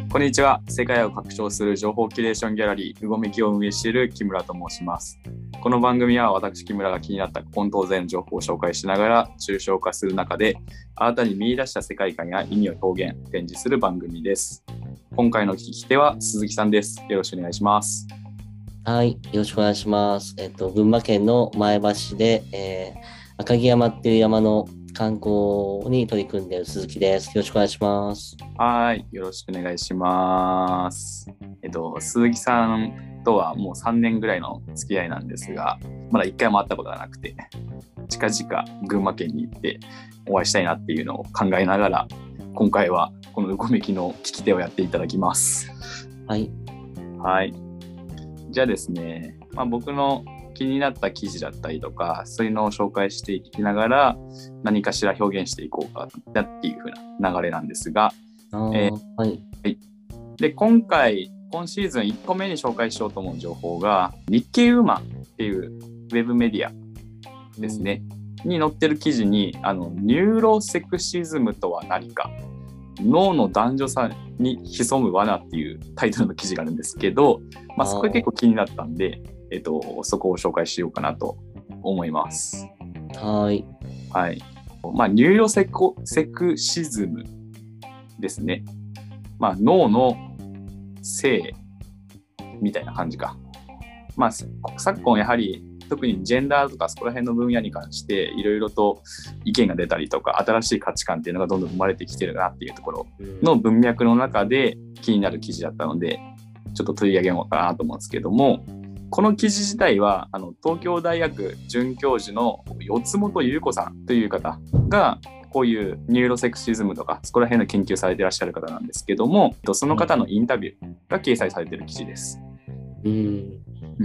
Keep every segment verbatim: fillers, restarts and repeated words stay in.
こんにちは。世界を拡張する情報キュレーションギャラリー、うごめきを運営している木村と申します。この番組は私木村が気になった古今東西の情報を紹介しながら抽象化する中で、新たに見出した世界観や意味を表現、展示する番組です。今回の聞き手は鈴木さんです。よろしくお願いします。 はい、よろしくお願いします。えっと、群馬県の前橋で、えー、赤城山っていう山の観光に取り組んでいる鈴木です。よろしくお願いします。 はい、よろしくお願いします。えっと、鈴木さんとはもうさんねんぐらいの付き合いなんですが、まだいっかいも会ったことがなくて、近々群馬県に行ってお会いしたいなっていうのを考えながら、今回はこのうごめきの聞き手をやっていただきます。 はい。 はい。じゃあですね、まあ、僕の気になった記事だったりとか、そういうのを紹介していきながら、何かしら表現していこうかっていう風な流れなんですが、 あー、 えーはい。 はい。で、今回、今シーズンいっこめに紹介しようと思う情報が、日経ウーマンっていうウェブメディアですね、うん、に載ってる記事に、あの、ニューロセクシズムとは何か、脳の男女差に潜む罠っていうタイトルの記事があるんですけど、まあ、そこ結構気になったんで、えっと、そこを紹介しようかなと思います。 はい。 はい。まあ、ニューロセコセクシズムですね。まあ、脳の性みたいな感じか。まあ、昨今やはり特にジェンダーとかそこら辺の分野に関していろいろと意見が出たりとか、新しい価値観っていうのがどんどん生まれてきてるなっていうところの文脈の中で気になる記事だったので、ちょっと取り上げようかなと思うんですけども、この記事自体はあの東京大学准教授の四本優子さんという方がこういうニューロセクシズムとかそこら辺の研究されていらっしゃる方なんですけども、その方のインタビューが掲載されている記事です。 うんうん、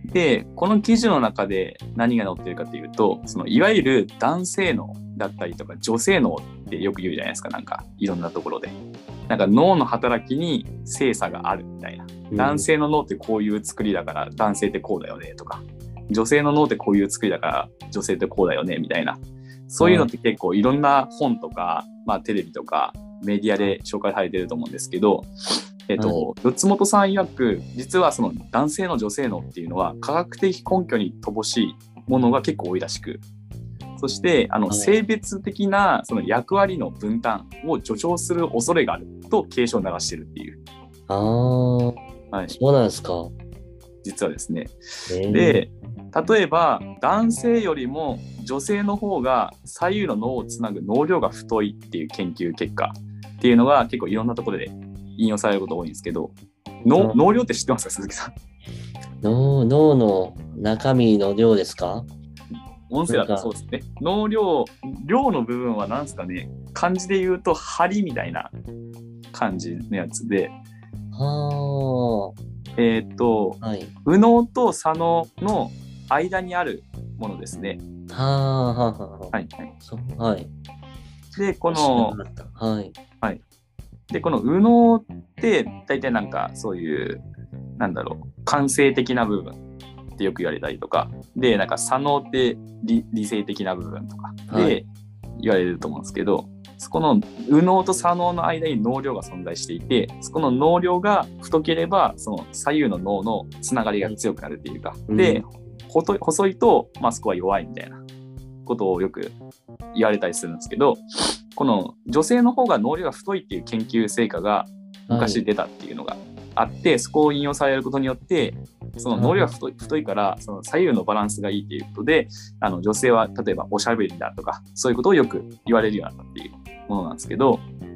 で、この記事の中で何が載っているかというと、そのいわゆる男性脳だったりとか女性脳ってよく言うじゃないですか。なんかいろんなところでなんか脳の働きに性差があるみたいな、うん、男性の脳ってこういう作りだから男性ってこうだよねとか、女性の脳ってこういう作りだから女性ってこうだよねみたいな、そういうのって結構いろんな本とか、まあ、テレビとかメディアで紹介されてると思うんですけど、えっと、四本さん曰く実はその男性の女性脳っていうのは科学的根拠に乏しいものが結構多いらしく、そしてあの性別的なその役割の分担を助長する恐れがあると警鐘を鳴らしてるっていう。 ああ、はい、そうなんですか。 実はですね。で、例えば男性よりも女性の方が左右の脳をつなぐ脳量が太いっていう研究結果っていうのが結構いろんなところで引用されることが多いんですけど、の脳量って知ってますか、鈴木さん。 脳、脳の中身の量ですか？ 音声だとそうですね。脳量、量の部分は何ですかね。漢字で言うと針みたいな感じのやつで、 はえっ、ー、と、はい、右脳と左脳の間にあるものですね。 はあ、はあ、はい、はい。 はい。 で、この、 はい。 はい。で、この右脳って大体なんかそういう、なんだろう、感性的な部分ってよく言われたりとか、で、なんか左脳って理、理性的な部分とかで言われると思うんですけど、はい、そこの右脳と左脳の間に脳量が存在していて、そこの脳量が太ければ、その左右の脳のつながりが強くなるっていうか、うん、で、細いと、まあ、そこは弱いみたいなことをよく言われたりするんですけど、この女性の方が脳量が太いっていう研究成果が昔出たっていうのがあって、はい、そこを引用されることによって、その脳量が太い、太いからその左右のバランスがいいっていうことで、あの女性は例えばおしゃべりだとかそういうことをよく言われるようになったっていうものなんですけど、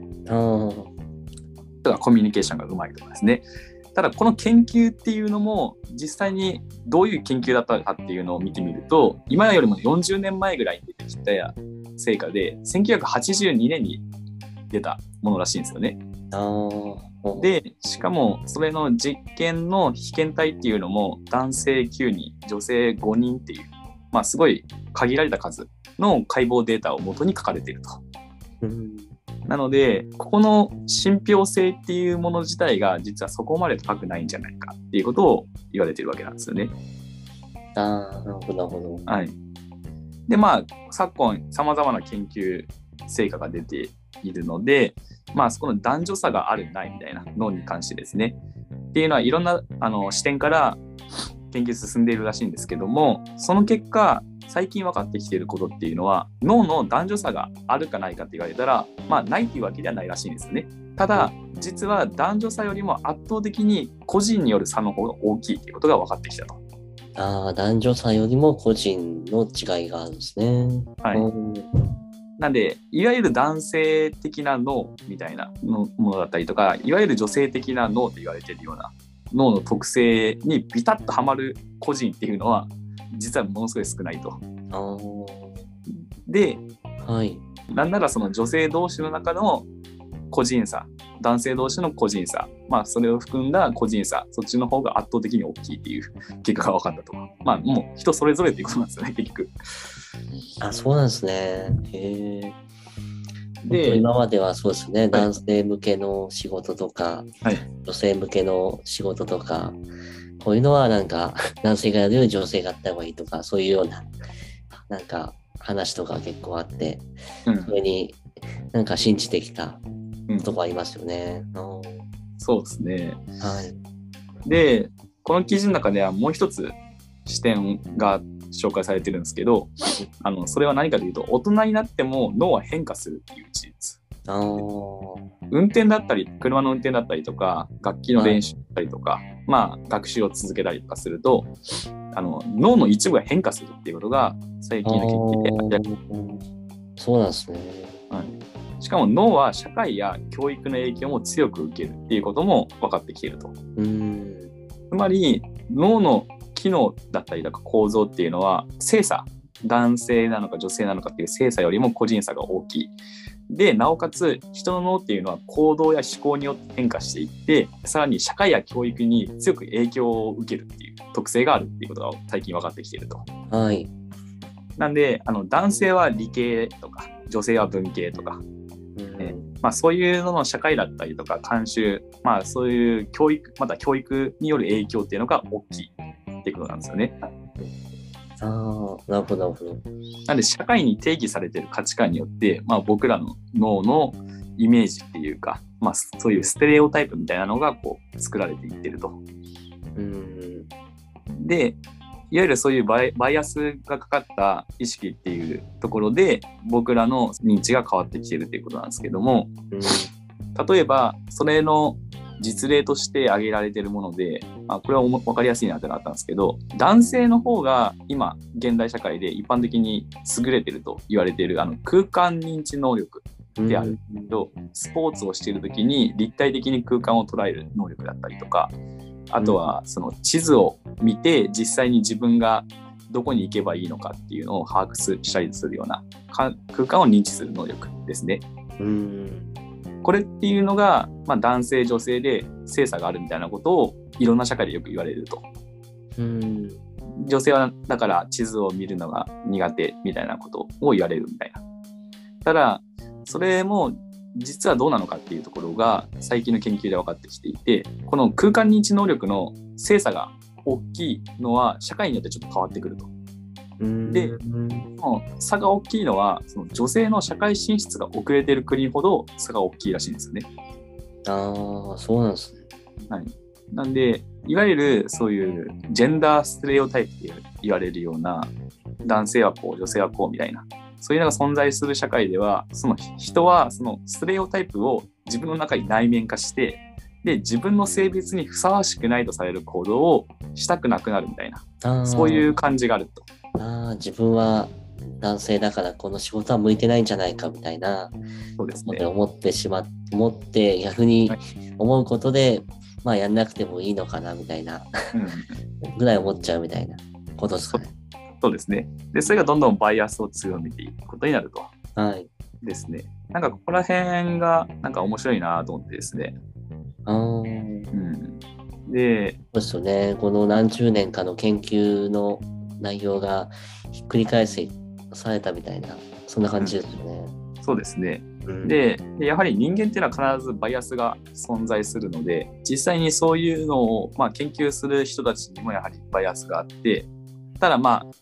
だからコミュニケーションがうまいとかですね。ただこの研究っていうのも実際にどういう研究だったかっていうのを見てみると、今よりもよんじゅうねんまえぐらいに出てきた成果でせんきゅうひゃくはちじゅうにねんに出たものらしいんですよね。で、しかもそれの実験の被験体っていうのも男性きゅうにん、女性ごにんっていう、まあすごい限られた数の解剖データを元に書かれていると。うんなので、ここの信憑性っていうもの自体が実はそこまで高くないんじゃないかっていうことを言われているわけなんですよね。 ああ、なるほど、なるほど。 はい。で、まあ、昨今、様々な研究成果が出ているので、 まあそこの男女差があるないみたいな脳に関してですねっていうのはいろんなあの視点から研究進んでいるらしいんですけども、その結果最近分かってきていることっていうのは脳の男女差があるかないかって言われたら、まあないっていうわけではないらしいんですよね。ただ実は男女差よりも圧倒的に個人による差の方が大きいということが分かってきたと。 ああ、男女差よりも個人の違いがあるんですね。 はい。なんでいわゆる男性的な脳みたいなものだったりとか、いわゆる女性的な脳と言われているような脳の特性にビタッとはまる個人っていうのは実はものすごい少ないと。 あで、 はい、 なんならその女性同士の中の個人差、男性同士の個人差、まあそれを含んだ個人差、そっちの方が圧倒的に大きいっていう結果が分かったと。まあもう人それぞれっていうことなんですよね、結局。 あ、そうなんですね。へえ。 で、 今まではそうですね、はい、男性向けの仕事とか、 はい、 女性向けの仕事とか、こういうのはなんか男性がやるより女性がやった方がいいとか、そういうようななんか話とか結構あって、うん、それになんか信じてきたとこありますよね。うん、 そうですね。 はい。 で、この記事の中ではもう一つ視点が紹介されてるんですけど、あのそれは何かというと、大人になっても脳は変化するっていう事実。 あ運転だったり、車の運転だったりとか、楽器の練習だったりとか、はい、まあ学習を続けたりとかすると、あの脳の一部が変化するっていうことが最近の研究で明らかに。 そうなんですね。 はい。しかも脳は社会や教育の影響も強く受けるっていうことも分かってきていると。 うんつまり脳の機能だったりとか構造っていうのは性差、男性なのか女性なのかっていう性差よりも個人差が大きい。で、なおかつ人の脳っていうのは行動や思考によって変化していって、さらに社会や教育に強く影響を受けるっていう特性があるっていうことが最近分かってきていると。 はい。 なんで、あの男性は理系とか女性は文系とか、 うんえまあ、そういうのの社会だったりとか慣習、まあ、そういう教育、また教育による影響っていうのが大きいっていうことなんですよね。 ああ、なるほど、なるほど。 なんで社会に定義されている価値観によって、まあ、僕らの脳のイメージっていうか、まあ、そういうステレオタイプみたいなのがこう作られていってると。 うんで、いわゆるそういうバイ、バイアスがかかった意識っていうところで僕らの認知が変わってきているっていうことなんですけども、 うん、 例えばそれの実例として挙げられているもので、あ、これは分かりやすいなってなったんですけど、男性の方が今現代社会で一般的に優れていると言われているあの空間認知能力であると、うん、スポーツをしている時に立体的に空間を捉える能力だったりとか、あとはその地図を見て実際に自分がどこに行けばいいのかっていうのを把握したりするような空間を認知する能力ですね。 うんこれっていうのが、まあ、男性女性で性差があるみたいなことをいろんな社会でよく言われると。 うん女性はだから地図を見るのが苦手みたいなことを言われるみたいな。ただそれも実はどうなのかっていうところが最近の研究で分かってきていて、この空間認知能力の性差が大きいのは社会によってちょっと変わってくると。で、その差が大きいのはその女性の社会進出が遅れている国ほど差が大きいらしいんですよね。 ああ、そうなんですね。 はい。なんでいわゆるそういうジェンダーステレオタイプって言われるような、男性はこう女性はこうみたいな、そういうのが存在する社会では、その人はそのステレオタイプを自分の中に内面化して、で自分の性別にふさわしくないとされる行動をしたくなくなるみたいな、そういう感じがあると。 ああ、自分は男性だからこの仕事は向いてないんじゃないかみたいな、 そうですね、 思ってしま思って逆に思うことで、はい、まあやんなくてもいいのかなみたいな、うん、ぐらい思っちゃうみたいなことですかね。 そうですね。で、それがどんどんバイアスを強めていくことになると。 はい。 ですね。なんかここら辺がなんか面白いなと思ってですね。 あー、うんん。で、 そうですよね。この何十年かの研究の内容がひっくり返せされたみたいな、そんな感じですよね。 うん、そうですね。 うん、 で、やはり人間っていうのは必ずバイアスが存在するので、実際にそういうのを、まあ、研究する人たちにもやはりバイアスがあって、ただまあ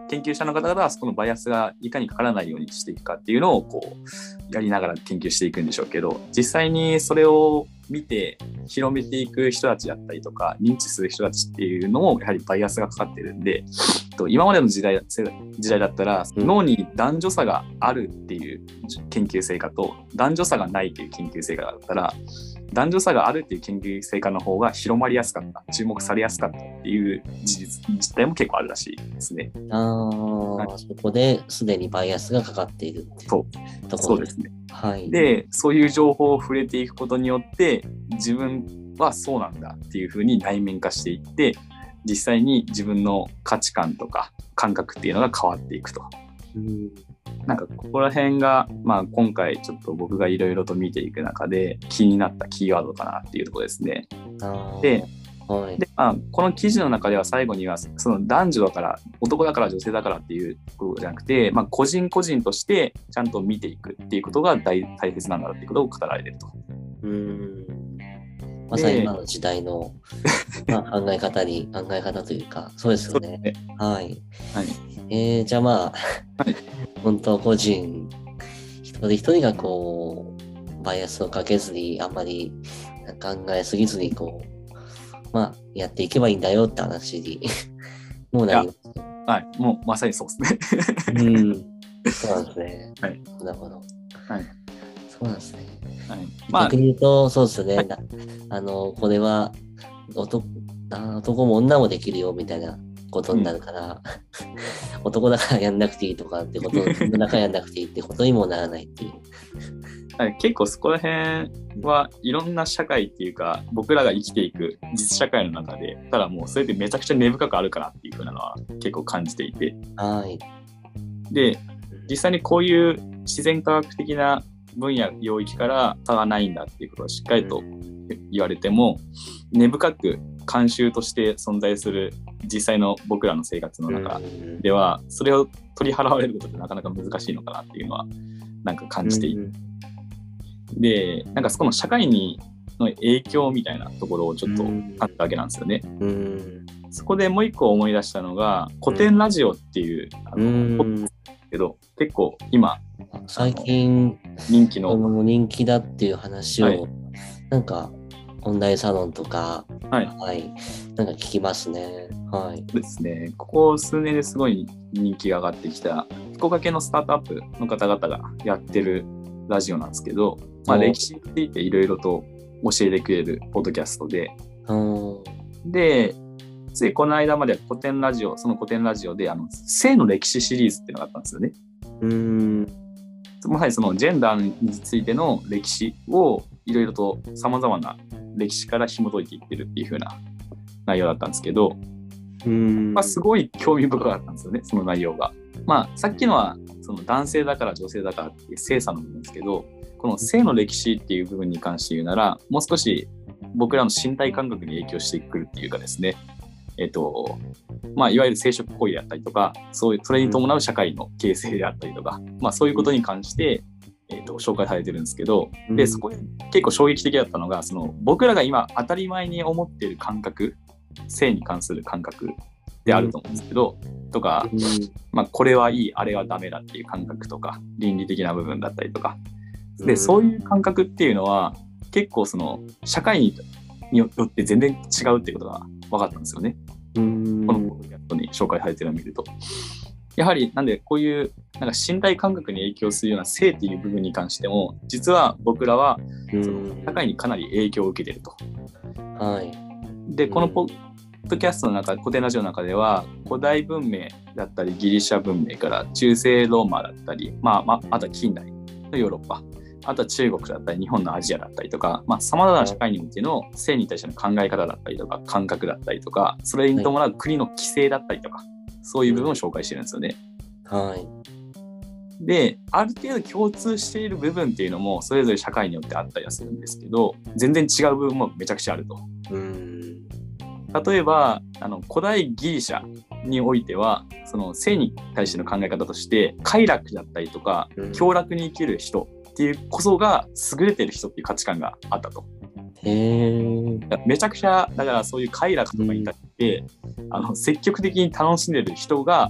研究者の方々はそこのバイアスがいかにかからないようにしていくかっていうのをこうやりながら研究していくんでしょうけど、実際にそれを見て広めていく人たちだったりとか認知する人たちっていうのもやはりバイアスがかかってるんで、今までの時代時代だったら脳に男女差があるっていう研究成果と男女差がないっていう研究成果だったら、男女差があるっていう研究成果の方が広まりやすかった、注目されやすかったっていう事実実態も結構あるらしいですね。 ああ、はい、そこですでにバイアスがかかっているっていうところ。 そうですね。 はい。 で、そういう情報を触れていくことによって自分はそうなんだっていうふうに内面化していって、実際に自分の価値観とか感覚っていうのが変わっていくと。うん、なんかここら辺が、まあ、今回ちょっと僕がいろいろと見ていく中で気になったキーワードかなっていうところですね。で、はい、でまあ、この記事の中では最後にはその男女だから男だから女性だからっていうことじゃなくて、まあ、個人個人としてちゃんと見ていくっていうことが 大, 大切なんだっていうことを語られていると。 うーん、まさに今の時代の、まあ、考え方に考え方というかそうですよね。はい、はい、えー、じゃあまあ、はい、本当個人一人一人がこうバイアスをかけずにあんまり考えすぎずにこうまあやっていけばいいんだよって話にもうなります。 はい、もうまさにそうですね。 うん、そうなんですね。 はい、 なるほど。はい、そうなんですね。 はい、まあ、 逆に言うとそうですね。 はい、 あのこれは 男, あ男も女もできるよみたいなことになるから、うん、男だからやんなくていいとかってこと女だからやんなくていいってことにもならないっていう。 はい、結構そこら辺はいろんな社会っていうか僕らが生きていく実社会の中でただもうそれってめちゃくちゃ根深くあるかなっていう風なのは結構感じていて、 はい、 で実際にこういう自然科学的な分野領域から差がないんだっていうことをしっかりと言われても根深く慣習として存在する実際の僕らの生活の中ではそれを取り払われることってなかなか難しいのかなっていうのはなんか感じていて、でなんかそこの社会にの影響みたいなところをちょっとあったわけなんですよね。うんそこでもう一個思い出したのが古典ラジオっていう、あのけど結構今最近人気の人気だっていう話を、はい、なんかオンラインサロンとか、 はいはい、なんか聞きますね。はい。 ですね。ここ数年ですごい人気が上がってきた福岡系のスタートアップの方々がやってるラジオなんですけど、まあ、歴史についていろいろと教えてくれるポッドキャストで、で、ついこの間まで古典ラジオ、その古典ラジオであの性の歴史シリーズっていうのがあったんですよね。うーんまさにそのジェンダーについての歴史をいろいろとさまざまな歴史から紐解いていってるっていう風な内容だったんですけど、うーん、まあ、すごい興味深かったんですよね、その内容が。まあ、さっきのはその男性だから女性だからっていう性差の部分ですけど、この性の歴史っていう部分に関して言うなら、もう少し僕らの身体感覚に影響してくるっていうかですね、えっとまあ、いわゆる生殖行為であったりとか、そういうそれに伴う社会の形成であったりとか、まあ、そういうことに関して、えっと、紹介されてるんですけど、でそこで結構衝撃的だったのが、その僕らが今当たり前に思っている感覚、性に関する感覚であると思うんですけど、とか、まあ、これはいいあれはダメだっていう感覚とか倫理的な部分だったりとかで、そういう感覚っていうのは結構その社会によって全然違うっていうことが分かったんですよね。このポッドキャストに紹介されてるのを見ると、やはりなんでこういうなんか身体感覚に影響するような性っていう部分に関しても実は僕らはその社会にかなり影響を受けていると。はい、でこのポッドキャストの中、古典ラジオの中では古代文明だったりギリシャ文明から中世ローマだったり、まあまあ、あとは近代のヨーロッパ、あとは中国だったり日本のアジアだったりとか、まあ、様々な社会においての性に対しての考え方だったりとか感覚だったりとか、それに伴う国の規制だったりとか、そういう部分を紹介してるんですよね。はい。で、ある程度共通している部分っていうのもそれぞれ社会によってあったりはするんですけど、全然違う部分もめちゃくちゃあると。うーん例えばあの古代ギリシャにおいてはその性に対しての考え方として快楽だったりとか享楽に生きる人っていうこそが優れてる人っていう価値観があったと。へー。めちゃくちゃだからそういう快楽とかに対して、うん、あの積極的に楽しんでる人が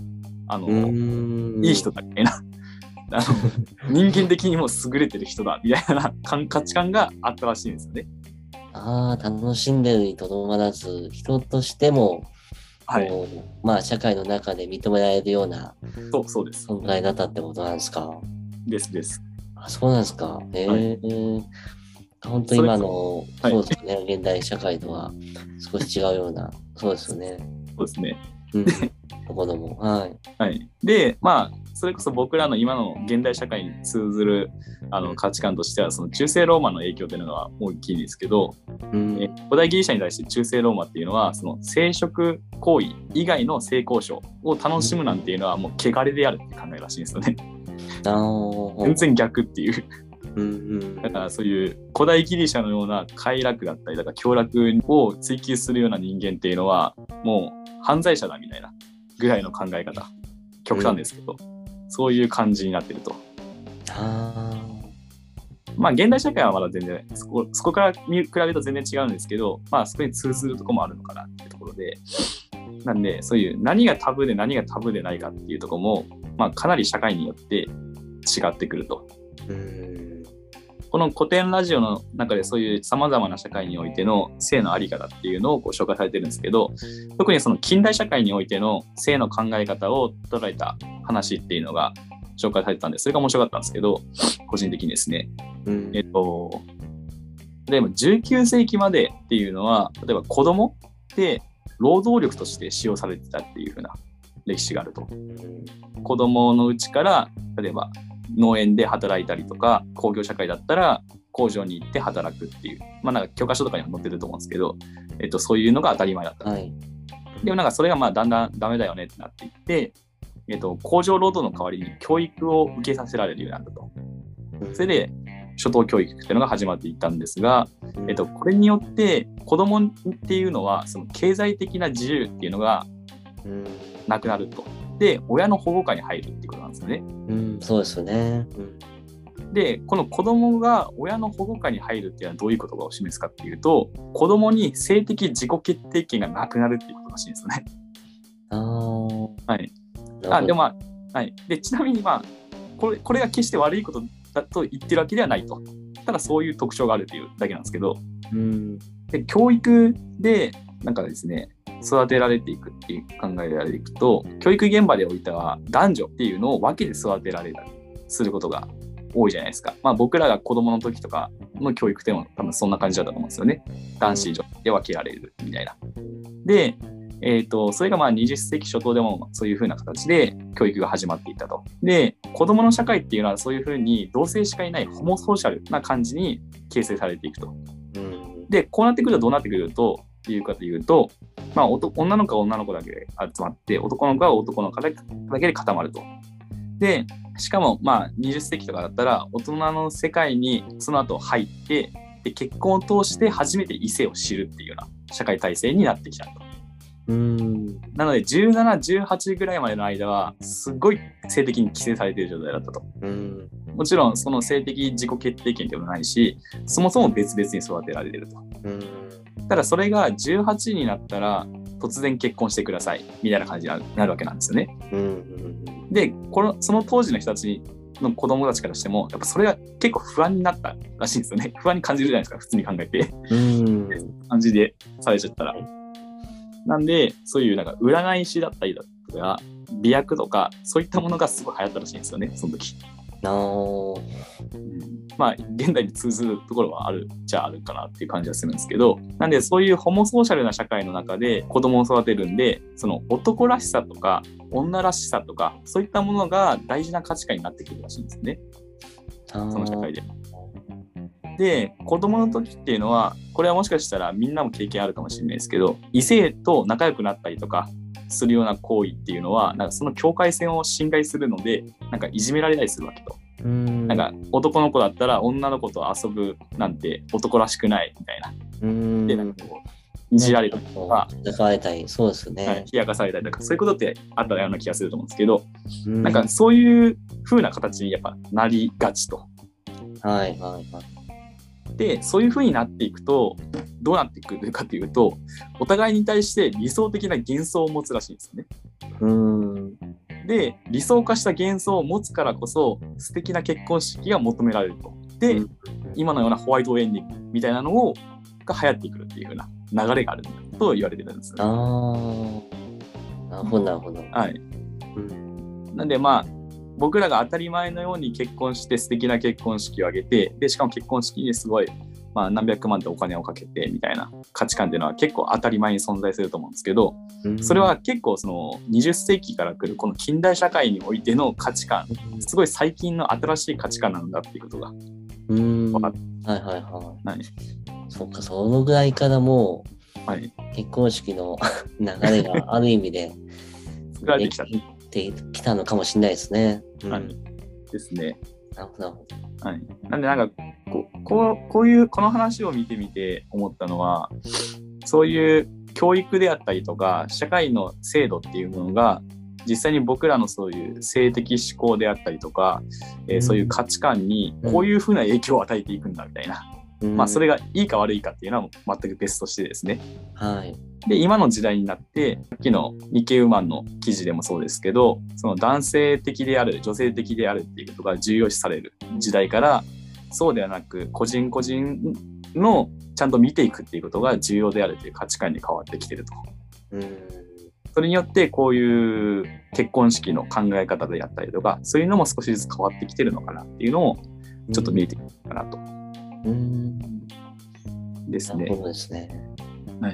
あのいい人だみたいなあの人間的にも優れてる人だみたいな価値観があったらしいんですよね。 ああ、楽しんでるにとどまらず、人としても、はい、まあ社会の中で認められるようなそうそうです存在だったってことなんですか。 ですです。 あ、そうなんですか。へえ、はい、本当今の、はい、そうですね、現代社会とは少し違うような、そうですよね。 そうですね。 うん、ところも、はい。 はい。で、まあ、それこそ僕らの今の現代社会に通ずるあの価値観としては、その中世ローマの影響というのが大きいんですけど、うん、え古代ギリシャに対して中世ローマっていうのは、その生殖行為以外の性交渉を楽しむなんていうのはもう汚れであるって考えらしいんですよね。あ全然逆っていう。うんうん、だからそういう古代ギリシャのような快楽だったりだから享楽を追求するような人間っていうのはもう犯罪者だみたいなぐらいの考え方、極端ですけど、うん、そういう感じになってると。あまあ現代社会はまだ全然そこ、そこから比べると全然違うんですけど、まあそこに通ずるところもあるのかなっていうところで、なんでそういう何がタブーで何がタブーでないかっていうところも、まあかなり社会によって違ってくると。うんこの古典ラジオの中でそういう様々な社会においての性のあり方っていうのをこう紹介されてるんですけど、特にその近代社会においての性の考え方を捉えた話っていうのが紹介されてたんで、それが面白かったんですけど、個人的にですね。うん、えっと、例えばじゅうきゅう世紀までっていうのは、例えば子供って労働力として使用されてたっていう風な歴史があると。子供のうちから例えば農園で働いたりとか、工業社会だったら工場に行って働くっていう、まあなんか教科書とかにも載ってると思うんですけど、えっと、そういうのが当たり前だった。はい、でもなんかそれがまあだんだんダメだよねってなっていって、えっと、工場労働の代わりに教育を受けさせられるようになったと。それで初等教育っていうのが始まっていったんですが、えっと、これによって子供っていうのはその経済的な自由っていうのがなくなると。で、親の保護下に入るっていうことなんですよね。 うん、そうですよね。 うん、で、この子供が親の保護下に入るっていうのはどういうことを示すかっていうと、子供に性的自己決定権がなくなるっていうことらしいんですよね。あはい。あ、でもまあ、はい。で、ちなみにまあ、これ、これが決して悪いことだと言ってるわけではないと。ただそういう特徴があるっていうだけなんですけど、うん、で教育でなんかですね、育てられていくっていう考えられていくと、教育現場でおいては男女っていうのを分けて育てられたりすることが多いじゃないですか。まあ僕らが子供の時とかの教育でも多分そんな感じだったと思うんですよね。男子女子で分けられるみたいな。で、えっと、それがまあにじゅっ世紀初頭でもそういう風な形で教育が始まっていったと。で、子供の社会っていうのはそういう風に同性しかいないホモソーシャルな感じに形成されていくと。で、こうなってくるとどうなってくるというかというと、まあ、女の子は女の子だけで集まって、男の子は男の子だけで固まると。で、しかも、まあ、にじゅっ世紀とかだったら、大人の世界にその後入って、で結婚を通して初めて異性を知るっていうような社会体制になってきたと。うーんなので、じゅうなな、じゅうはちぐらいまでの間は、すごい性的に規制されている状態だったと。うんもちろん、その性的自己決定権でもないし、そもそも別々に育てられていると。うんただそれがじゅうはちになったら突然結婚してくださいみたいな感じになるわけなんですよね。うんうん、でこのその当時の人たちの子供たちからしてもやっぱそれが結構不安になったらしいんですよね。不安に感じるじゃないですか普通に考えて。うん感じでされちゃったら。なんでそういうなんか占い師だったりだとか美薬とかそういったものがすごい流行ったらしいんですよねその時。No. うん、まあ現代に通ずるところはあるじゃあるかなっていう感じはするんですけど、なんでそういうホモソーシャルな社会の中で子供を育てるんで、その男らしさとか女らしさとかそういったものが大事な価値観になってくるらしいんですね、その社会で。で子供の時っていうのはこれはもしかしたらみんなも経験あるかもしれないですけど、異性と仲良くなったりとかするような行為っていうのはなんかその境界線を侵害するのでなんかいじめられたりするわけと。うんなんか男の子だったら女の子と遊ぶなんて男らしくないみたいな。うんでなんかこういじられたりとか、 冷やかされたり、そうですね。 はい、冷やかされたりとかそういうことってあったような気がすると思うんですけど、うんなんかそういう風な形にやっぱなりがちと。はいはいはい。でそういう風になっていくとどうなってくるかというと、お互いに対して理想的な幻想を持つらしいんですよね。うんで、理想化した幻想を持つからこそ素敵な結婚式が求められると。で、うん、今のようなホワイトエンディングみたいなのをが流行ってくるっていう風な流れがあると言われてるんです。 ああ、なるほどなるほど。 はい。うん、なんでまあ僕らが当たり前のように結婚して素敵な結婚式を挙げて、でしかも結婚式にすごい、まあ、何百万ってお金をかけてみたいな価値観っていうのは結構当たり前に存在すると思うんですけど、それは結構そのにじゅっ世紀から来るこの近代社会においての価値観、すごい最近の新しい価値観なんだっていうことが分かった。はいはいはい。はい、そうか、そのぐらいからもう、はい、結婚式の流れがある意味で作られてきた。 てきたのかもしれないですね。 はい、うん、ですね。 なるほど。 はい。なんでなんかこうこうこういうこの話を見てみて思ったのは、そういう教育であったりとか社会の制度っていうものが実際に僕らのそういう性的思考であったりとか、うん、えー、そういう価値観にこういうふうな影響を与えていくんだみたいな。うん、まあそれがいいか悪いかっていうのは全く別としてですね。 はい。 で今の時代になってさっきの日経ウーマンの記事でもそうですけど、その男性的である女性的であるっていうことが重要視される時代からそうではなく個人個人のちゃんと見ていくっていうことが重要であるという価値観に変わってきてると。うん、それによってこういう結婚式の考え方であったりとかそういうのも少しずつ変わってきてるのかなっていうのをちょっと見えてきたかなと。うん、ですね。 そうですね。 はい。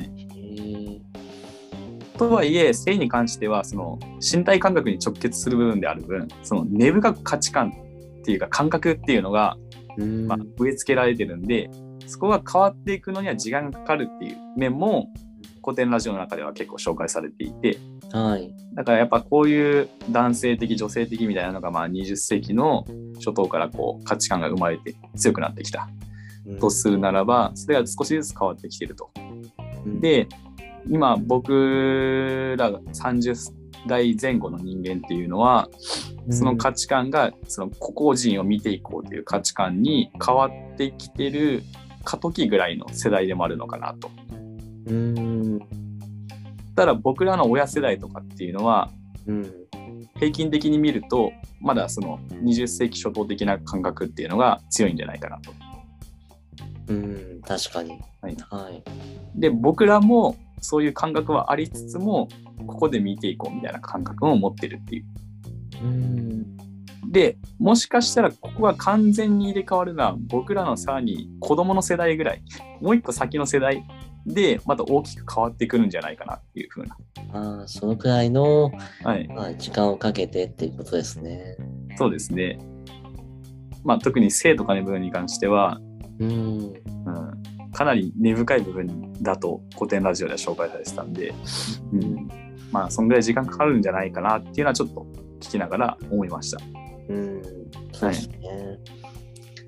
とはいえ性に関してはその身体感覚に直結する部分である分、その根深く価値観っていうか感覚っていうのが、まあ、植え付けられてるんで、そこが変わっていくのには時間がかかるっていう面も古典ラジオの中では結構紹介されていて、 はい、 だからやっぱこういう男性的女性的みたいなのがまあにじゅっ世紀の初頭からこう価値観が生まれて強くなってきたとするならば、それが少しずつ変わってきてると。で今僕らがさんじゅっ代前後の人間っていうのはその価値観がその個々人を見ていこうという価値観に変わってきてる過渡期ぐらいの世代でもあるのかなと。うーんただ僕らの親世代とかっていうのは、うん、平均的に見るとまだそのにじゅっ世紀初頭的な感覚っていうのが強いんじゃないかなと。 うん、確かに。 はいはい、で僕らもそういう感覚はありつつもここで見ていこうみたいな感覚も持ってるっていう。うんでもしかしたらここが完全に入れ替わるのは僕らのさらに子供の世代ぐらいもう一個先の世代でまた大きく変わってくるんじゃないかなっていう風な。 ああ、そのくらいの、はいまあ、時間をかけてっていうことですね。 そうですね。まあ特に性とかの部分に関しては、うんうん、かなり根深い部分だと古典ラジオでは紹介されてたんで、うん、まあそんぐらい時間かかるんじゃないかなっていうのはちょっと聞きながら思いました。 うん、そうですね。はい、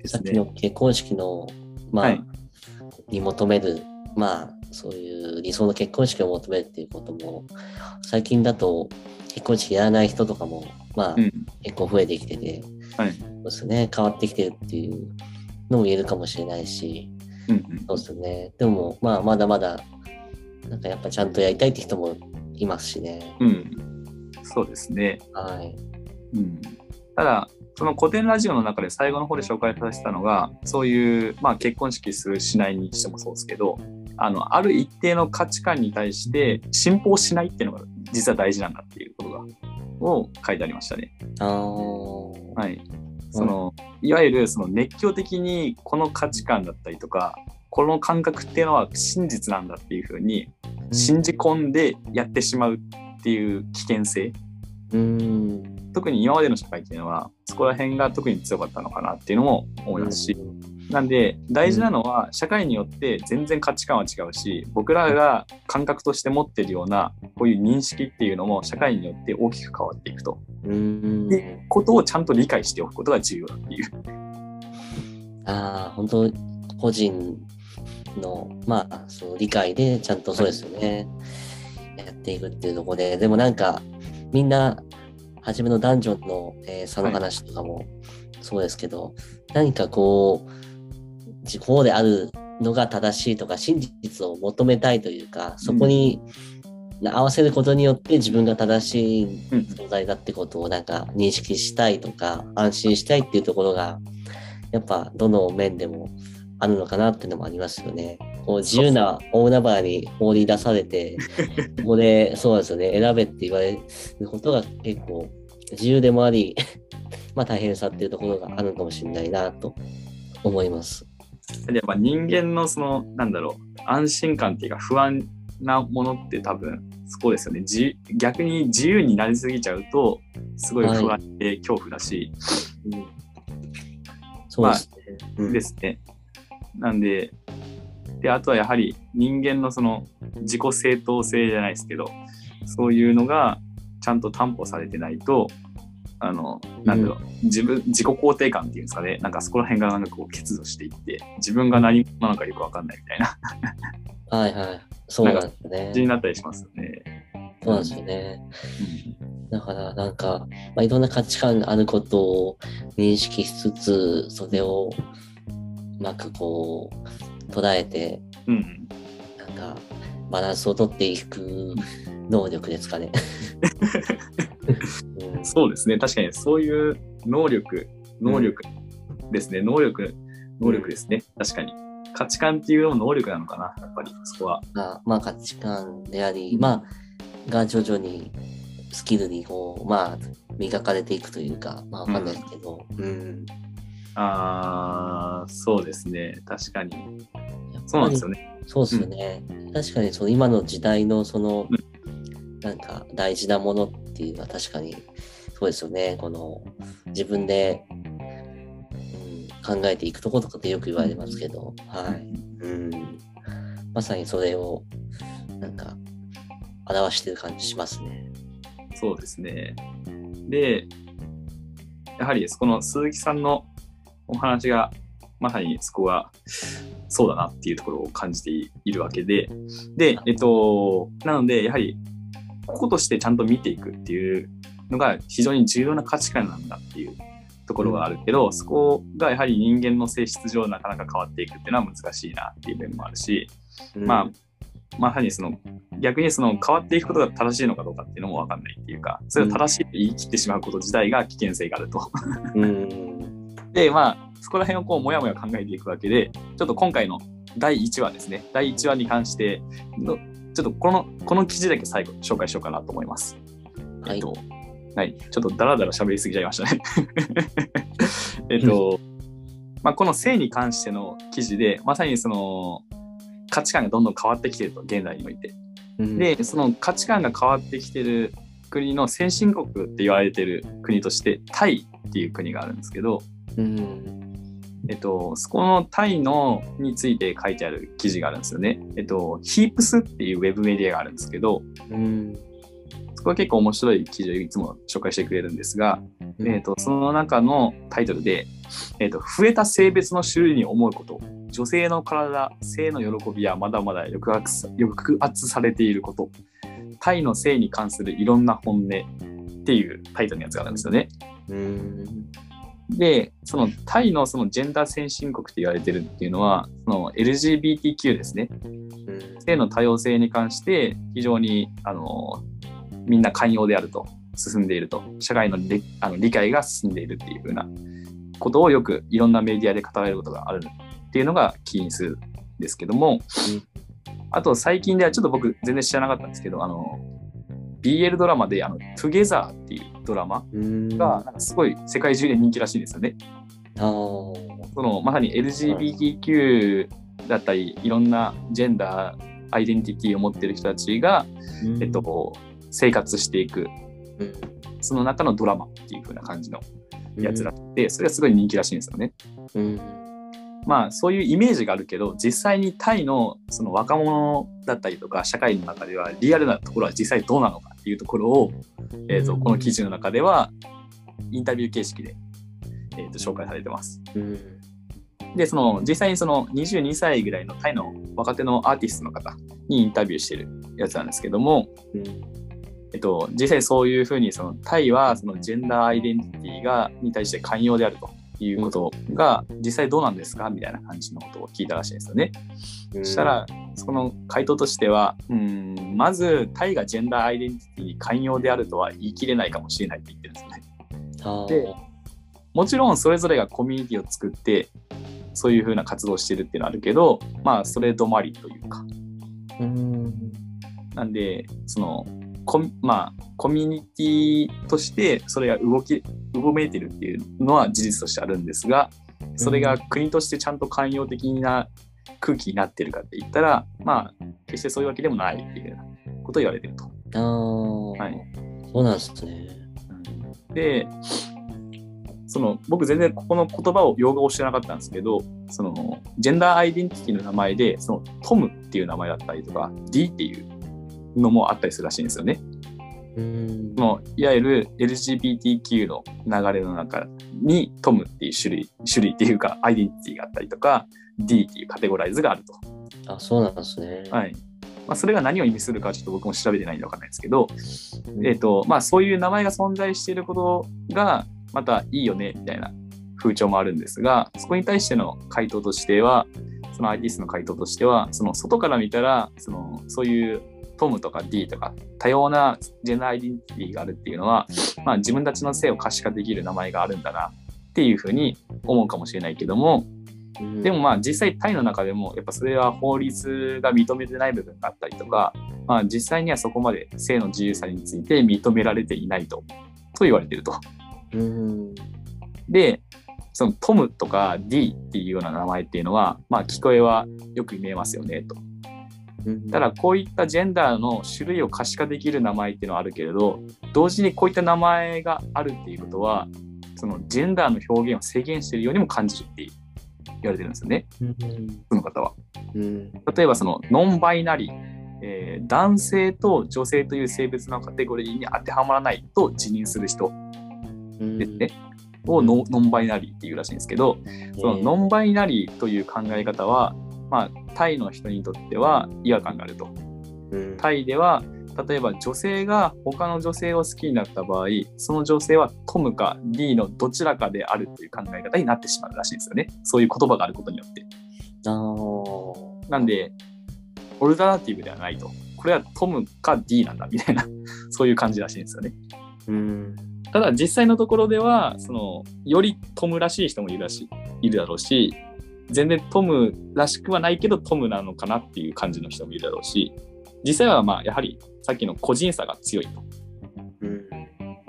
さっきの結婚式のまあ、はい、に求めるまあそういう理想の結婚式を求めるっていうことも最近だと結婚式やらない人とかもまあ、うん、結構増えてきてて、はい、そうですね変わってきてるっていうのも言えるかもしれないし、うんうん、そうですね。でもまあまだまだなんかやっぱちゃんとやりたいって人もいますしね。 うん、そうですね。 はい。 うん、ただその古典ラジオの中で最後の方で紹介されてたのがそういう、まあ、結婚式するしないにしてもそうですけど、あのある一定の価値観に対して信奉しないっていうのが実は大事なんだっていうことがを書いてありましたね。 あー、 はい。そのいわゆるその熱狂的にこの価値観だったりとかこの感覚っていうのは真実なんだっていうふうに信じ込んでやってしまうっていう危険性、うん、特に今までの社会っていうのはそこら辺が特に強かったのかなっていうのも思いますし、なんで大事なのは社会によって全然価値観は違うし僕らが感覚として持っているようなこういう認識っていうのも社会によって大きく変わっていくということをちゃんと理解しておくことが重要だっていう。 ああ、本当個人のまあその理解でちゃんとそうですよね、はい、やっていくっていうところで、でもなんかみんな初めの男女の、えー、差の話とかもそうですけど、はい、何かこう自己であるのが正しいとか真実を求めたいというかそこに合わせることによって自分が正しい存在だってことをなんか認識したいとか、安心したいっていうところが、やっぱどの面でもあるのかなっていうのもありますよね。こう自由な大海原に放り出されて、ここでそうですよね、選べって言われることが結構自由でもあり、まあ大変さっていうところがあるかもしれないなと思います。 やっぱ人間のそのなんだろう、安心感っていうか不安なものって多分そこですよね。自逆に自由になりすぎちゃうとすごい不安で恐怖だし、はい、うん、 そうですね。 まあ、ですね。なんで、であとはやはり人間のその自己正当性じゃないですけど、そういうのがちゃんと担保されてないと、あのなんだろう、うん、自分自己肯定感っていうんですかね、なんかそこら辺がなんかこう欠如していって自分が何者なのかよく分かんないみたいなはいはい、そうなんですね。 感じになったりしますよね。 そうなんですよね。うん、だからなんか、まあ、いろんな価値観があることを認識しつつ、それをうまくこう捉えて、うん、なんかバランスを取っていく能力ですかね。 うん、そうですね。確かにそういう能力、能力ですね。うん、能力、能力ですね。確かに。価値観っていうのも能力なのかな、やっぱりそこは。 まあ、まあ、価値観であり、まあ、が徐々にスキルにこう、まあ、磨かれていくというか、まあ、わかんないですけど。うん。うん、 ああ、そうですね。確かに。そうなんですよね。 そうですよね。うん、確かにその今の時代のその、うん、なんか大事なものっていうのは確かにそうですよね。この自分で、うん、考えていくところとかってよく言われますけど、はい、うん、まさにそれをなんか表してる感じしますね。 そうですね。で、やはりこの鈴木さんのお話がまさにそこはそうだなっていうところを感じているわけで、で、えっと、なのでやはり個々としてちゃんと見ていくっていうのが非常に重要な価値観なんだっていうところがあるけど、そこがやはり人間の性質上なかなか変わっていくっていうのは難しいなっていう面もあるし、うん、まあまさにその逆にその変わっていくことが正しいのかどうかっていうのも分かんないっていうか、それを正しいと言い切ってしまうこと自体が危険性があると。うん、で、まあそこら辺をこうもやもや考えていくわけで、ちょっと今回のだいいちわですね、だいいちわに関してのちょっとこのこの記事だけ最後に紹介しようかなと思います。はい。えっと、はい、ちょっとダラダラ喋りすぎちゃいましたね。えっと、まあ、この性に関しての記事で、まさにその価値観がどんどん変わってきていると、現代において。うん、で、その価値観が変わってきている国の先進国って言われている国として、タイっていう国があるんですけど、うん、えっと、そこのタイのについて書いてある記事があるんですよね。えっと、ヒープスっていうウェブメディアがあるんですけど、うん、そこは結構面白い記事をいつも紹介してくれるんですが、うん、えっと、その中のタイトルで、えっと、増えた性別の種類に思うこと、女性の体、性の喜びはまだまだ抑圧、抑圧されていること、タイの性に関するいろんな本音っていうタイトルのやつがあるんですよね。うんで、そのタイのそのジェンダー先進国と言われてるっていうのは、その エルジービーティーキュー ですね。性の多様性に関して非常にあのみんな寛容であると、進んでいると、社会の理、あの理解が進んでいるっていう風なことをよくいろんなメディアで語られることがあるっていうのが起因するんですけども、あと最近ではちょっと僕全然知らなかったんですけど、あの ビーエル ドラマであの Together っていうドラマがなんかすごい世界中で人気らしいんですよね。あそのまさに エルジービーティーキュー だったりいろんなジェンダーアイデンティティを持っている人たちが、えっと、生活していくその中のドラマっていう風な感じのやつらってそれがすごい人気らしいんですよね。うんまあそういうイメージがあるけど実際にタイのその若者だったりとか社会の中ではリアルなところは実際どうなのかっていうところを、えー、とこの記事の中ではインタビュー形式で、えー、と紹介されてます。うんでその実際にそのにじゅうにさいぐらいのタイの若手のアーティストの方にインタビューしてるやつなんですけども、うんえっと、実際そういうふうにそのタイはそのジェンダーアイデンティティがに対して寛容であると。 いうことが実際どうなんですかみたいな感じのことを聞いたらしいんですよね。そしたらその回答としては、うーんまずタイがジェンダーアイデンティティに寛容であるとは言い切れないかもしれないって言ってるんですよね。 あでもちろんそれぞれがコミュニティを作ってそういう風な活動をしてるっていうのはあるけど、まあそれ止まりというか、 うーんなんでそのコミ、まあ、コミュニティとしてそれが動きうごめいてるっていうのは事実としてあるんですが、それが国としてちゃんと寛容的な空気になってるかって言ったら、まあ決してそういうわけでもないっていうことを言われてると。 ああ、はい、そうなんですね。 でその僕全然ここの言葉を用語を知らなかったんですけど、そのジェンダーアイデンティティの名前でそのトムっていう名前だったりとか D っていうのもあったりするらしいんですよね。 うーんもういわゆる エルジービーティーキュー の流れの中にトムっていう種類種類っていうかアイデンティティがあったりとか D っていうカテゴライズがあると。 あ、そうなんですね。 はい。まあ、それが何を意味するかちょっと僕も調べてないんで分かんないですけど、えーとまあ、そういう名前が存在していることがまたいいよねみたいな風潮もあるんですが、そこに対しての回答としては、そのアーティストの回答としては、その外から見たらそのそういうトムとか D とか多様なジェンダーアイデンティティがあるっていうのは、まあ、自分たちの性を可視化できる名前があるんだなっていうふうに思うかもしれないけども、でもまあ実際タイの中でもやっぱそれは法律が認めてない部分があったりとか、まあ、実際にはそこまで性の自由さについて認められていないとと言われていると。 うん、 でそのトムとか D っていうような名前っていうのは、まあ、聞こえはよく見えますよねと。ただこういったジェンダーの種類を可視化できる名前っていうのはあるけれど、同時にこういった名前があるっていうことはそのジェンダーの表現を制限しているようにも感じるって言われてるんですよね、うん、その方は、うん、例えばそのノンバイナリー、えー、男性と女性という性別のカテゴリーに当てはまらないと自認する人ですね、うん、を ノ, ノンバイナリーっていうらしいんですけど、そのノンバイナリーという考え方は、まあ、タイの人にとっては違和感があると、うん、タイでは例えば女性が他の女性を好きになった場合、その女性はトムか D のどちらかであるという考え方になってしまうらしいんですよね。そういう言葉があることによって。あなんでオルタナティブではないと、これはトムか D なんだみたいなそういう感じらしいんですよね。うんただ実際のところではそのよりトムらしい人もいるらしい、いるだろうし、全然トムらしくはないけどトムなのかなっていう感じの人もいるだろうし、実際はまあやはりさっきの個人差が強いと、うん、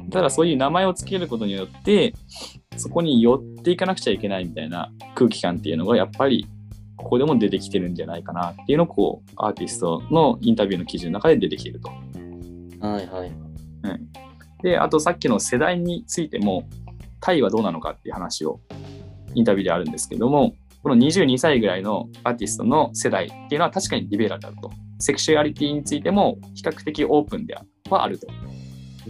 ただそういう名前をつけることによってそこに寄っていかなくちゃいけないみたいな空気感っていうのがやっぱりここでも出てきてるんじゃないかなっていうのをこうアーティストのインタビューの記事の中で出てきていると。はいはい、うん、であとさっきの世代についてもタイはどうなのかっていう話をインタビューであるんですけども、このにじゅうにさいぐらいのアーティストの世代っていうのは確かにリベラルだと、セクシュアリティについても比較的オープンではあると、うん、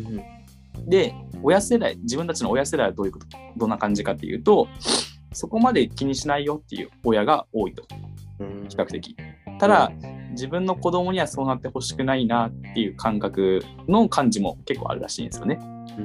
で親世代、自分たちの親世代はどういうこと、どんな感じかっていうと、そこまで気にしないよっていう親が多いと、比較的。ただ自分の子供にはそうなってほしくないなっていう感覚の感じも結構あるらしいんですよね。うん、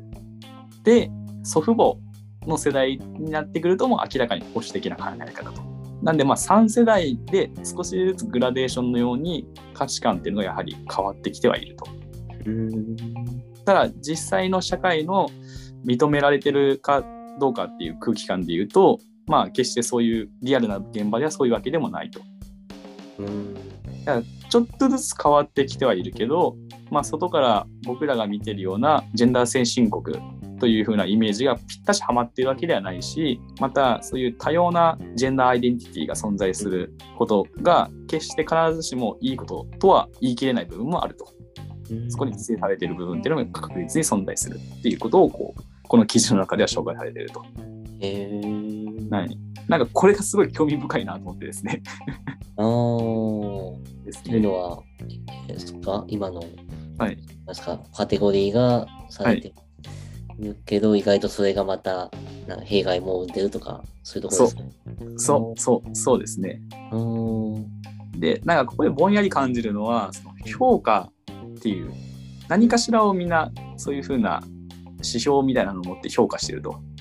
で祖父母の世代になってくるともう明らかに保守的な考え方と。なんでまあさん世代で少しずつグラデーションのように価値観っていうのがやはり変わってきてはいると。うーんただ実際の社会の認められてるかどうかっていう空気感でいうと、まあ決してそういうリアルな現場ではそういうわけでもないと。うーんだからちょっとずつ変わってきてはいるけど、まあ外から僕らが見てるようなジェンダー先進国という風なイメージがぴったしはまっているわけではないし、またそういう多様なジェンダーアイデンティティが存在することが決して必ずしもいいこととは言い切れない部分もあると。そこに規制されている部分っていうのが確実に存在するっていうことをこうこの記事の中では紹介されていると。へー、はい、なんかこれがすごい興味深いなと思ってですね。あーですね。 というのはですか、今の、はい、ですかカテゴリーがされてる、はいけど意外とそれがまたなんか弊害も生んでるとか、そういうところですか。 そうそうそうですね。うんでなんかここでぼんやり感じるのは、その評価っていう何かしらをみんなそういう風な指標みたいなのを持って評価してると。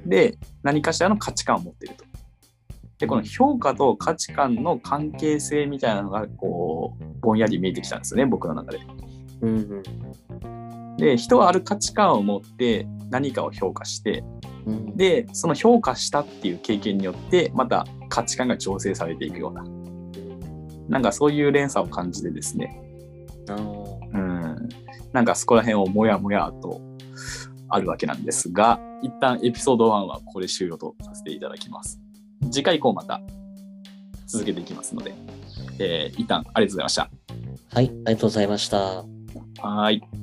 で、何かしらの価値観を持っていると。で、この評価と価値観の関係性みたいなのが、こう、ぼんやり見えてきたんですよね、僕の中で。 うんうん、 で、人はある価値観を持って何かを評価して、うん、で、その評価したっていう経験によって、また価値観が調整されていくような、なんかそういう連鎖を感じてですね。うん、なんかそこら辺をもやもやとあるわけなんですが、一旦エピソードワンはこれ終了とさせていただきます。次回以降また続けていきますので、えー、一旦ありがとうございました。 はい、ありがとうございました。 はい。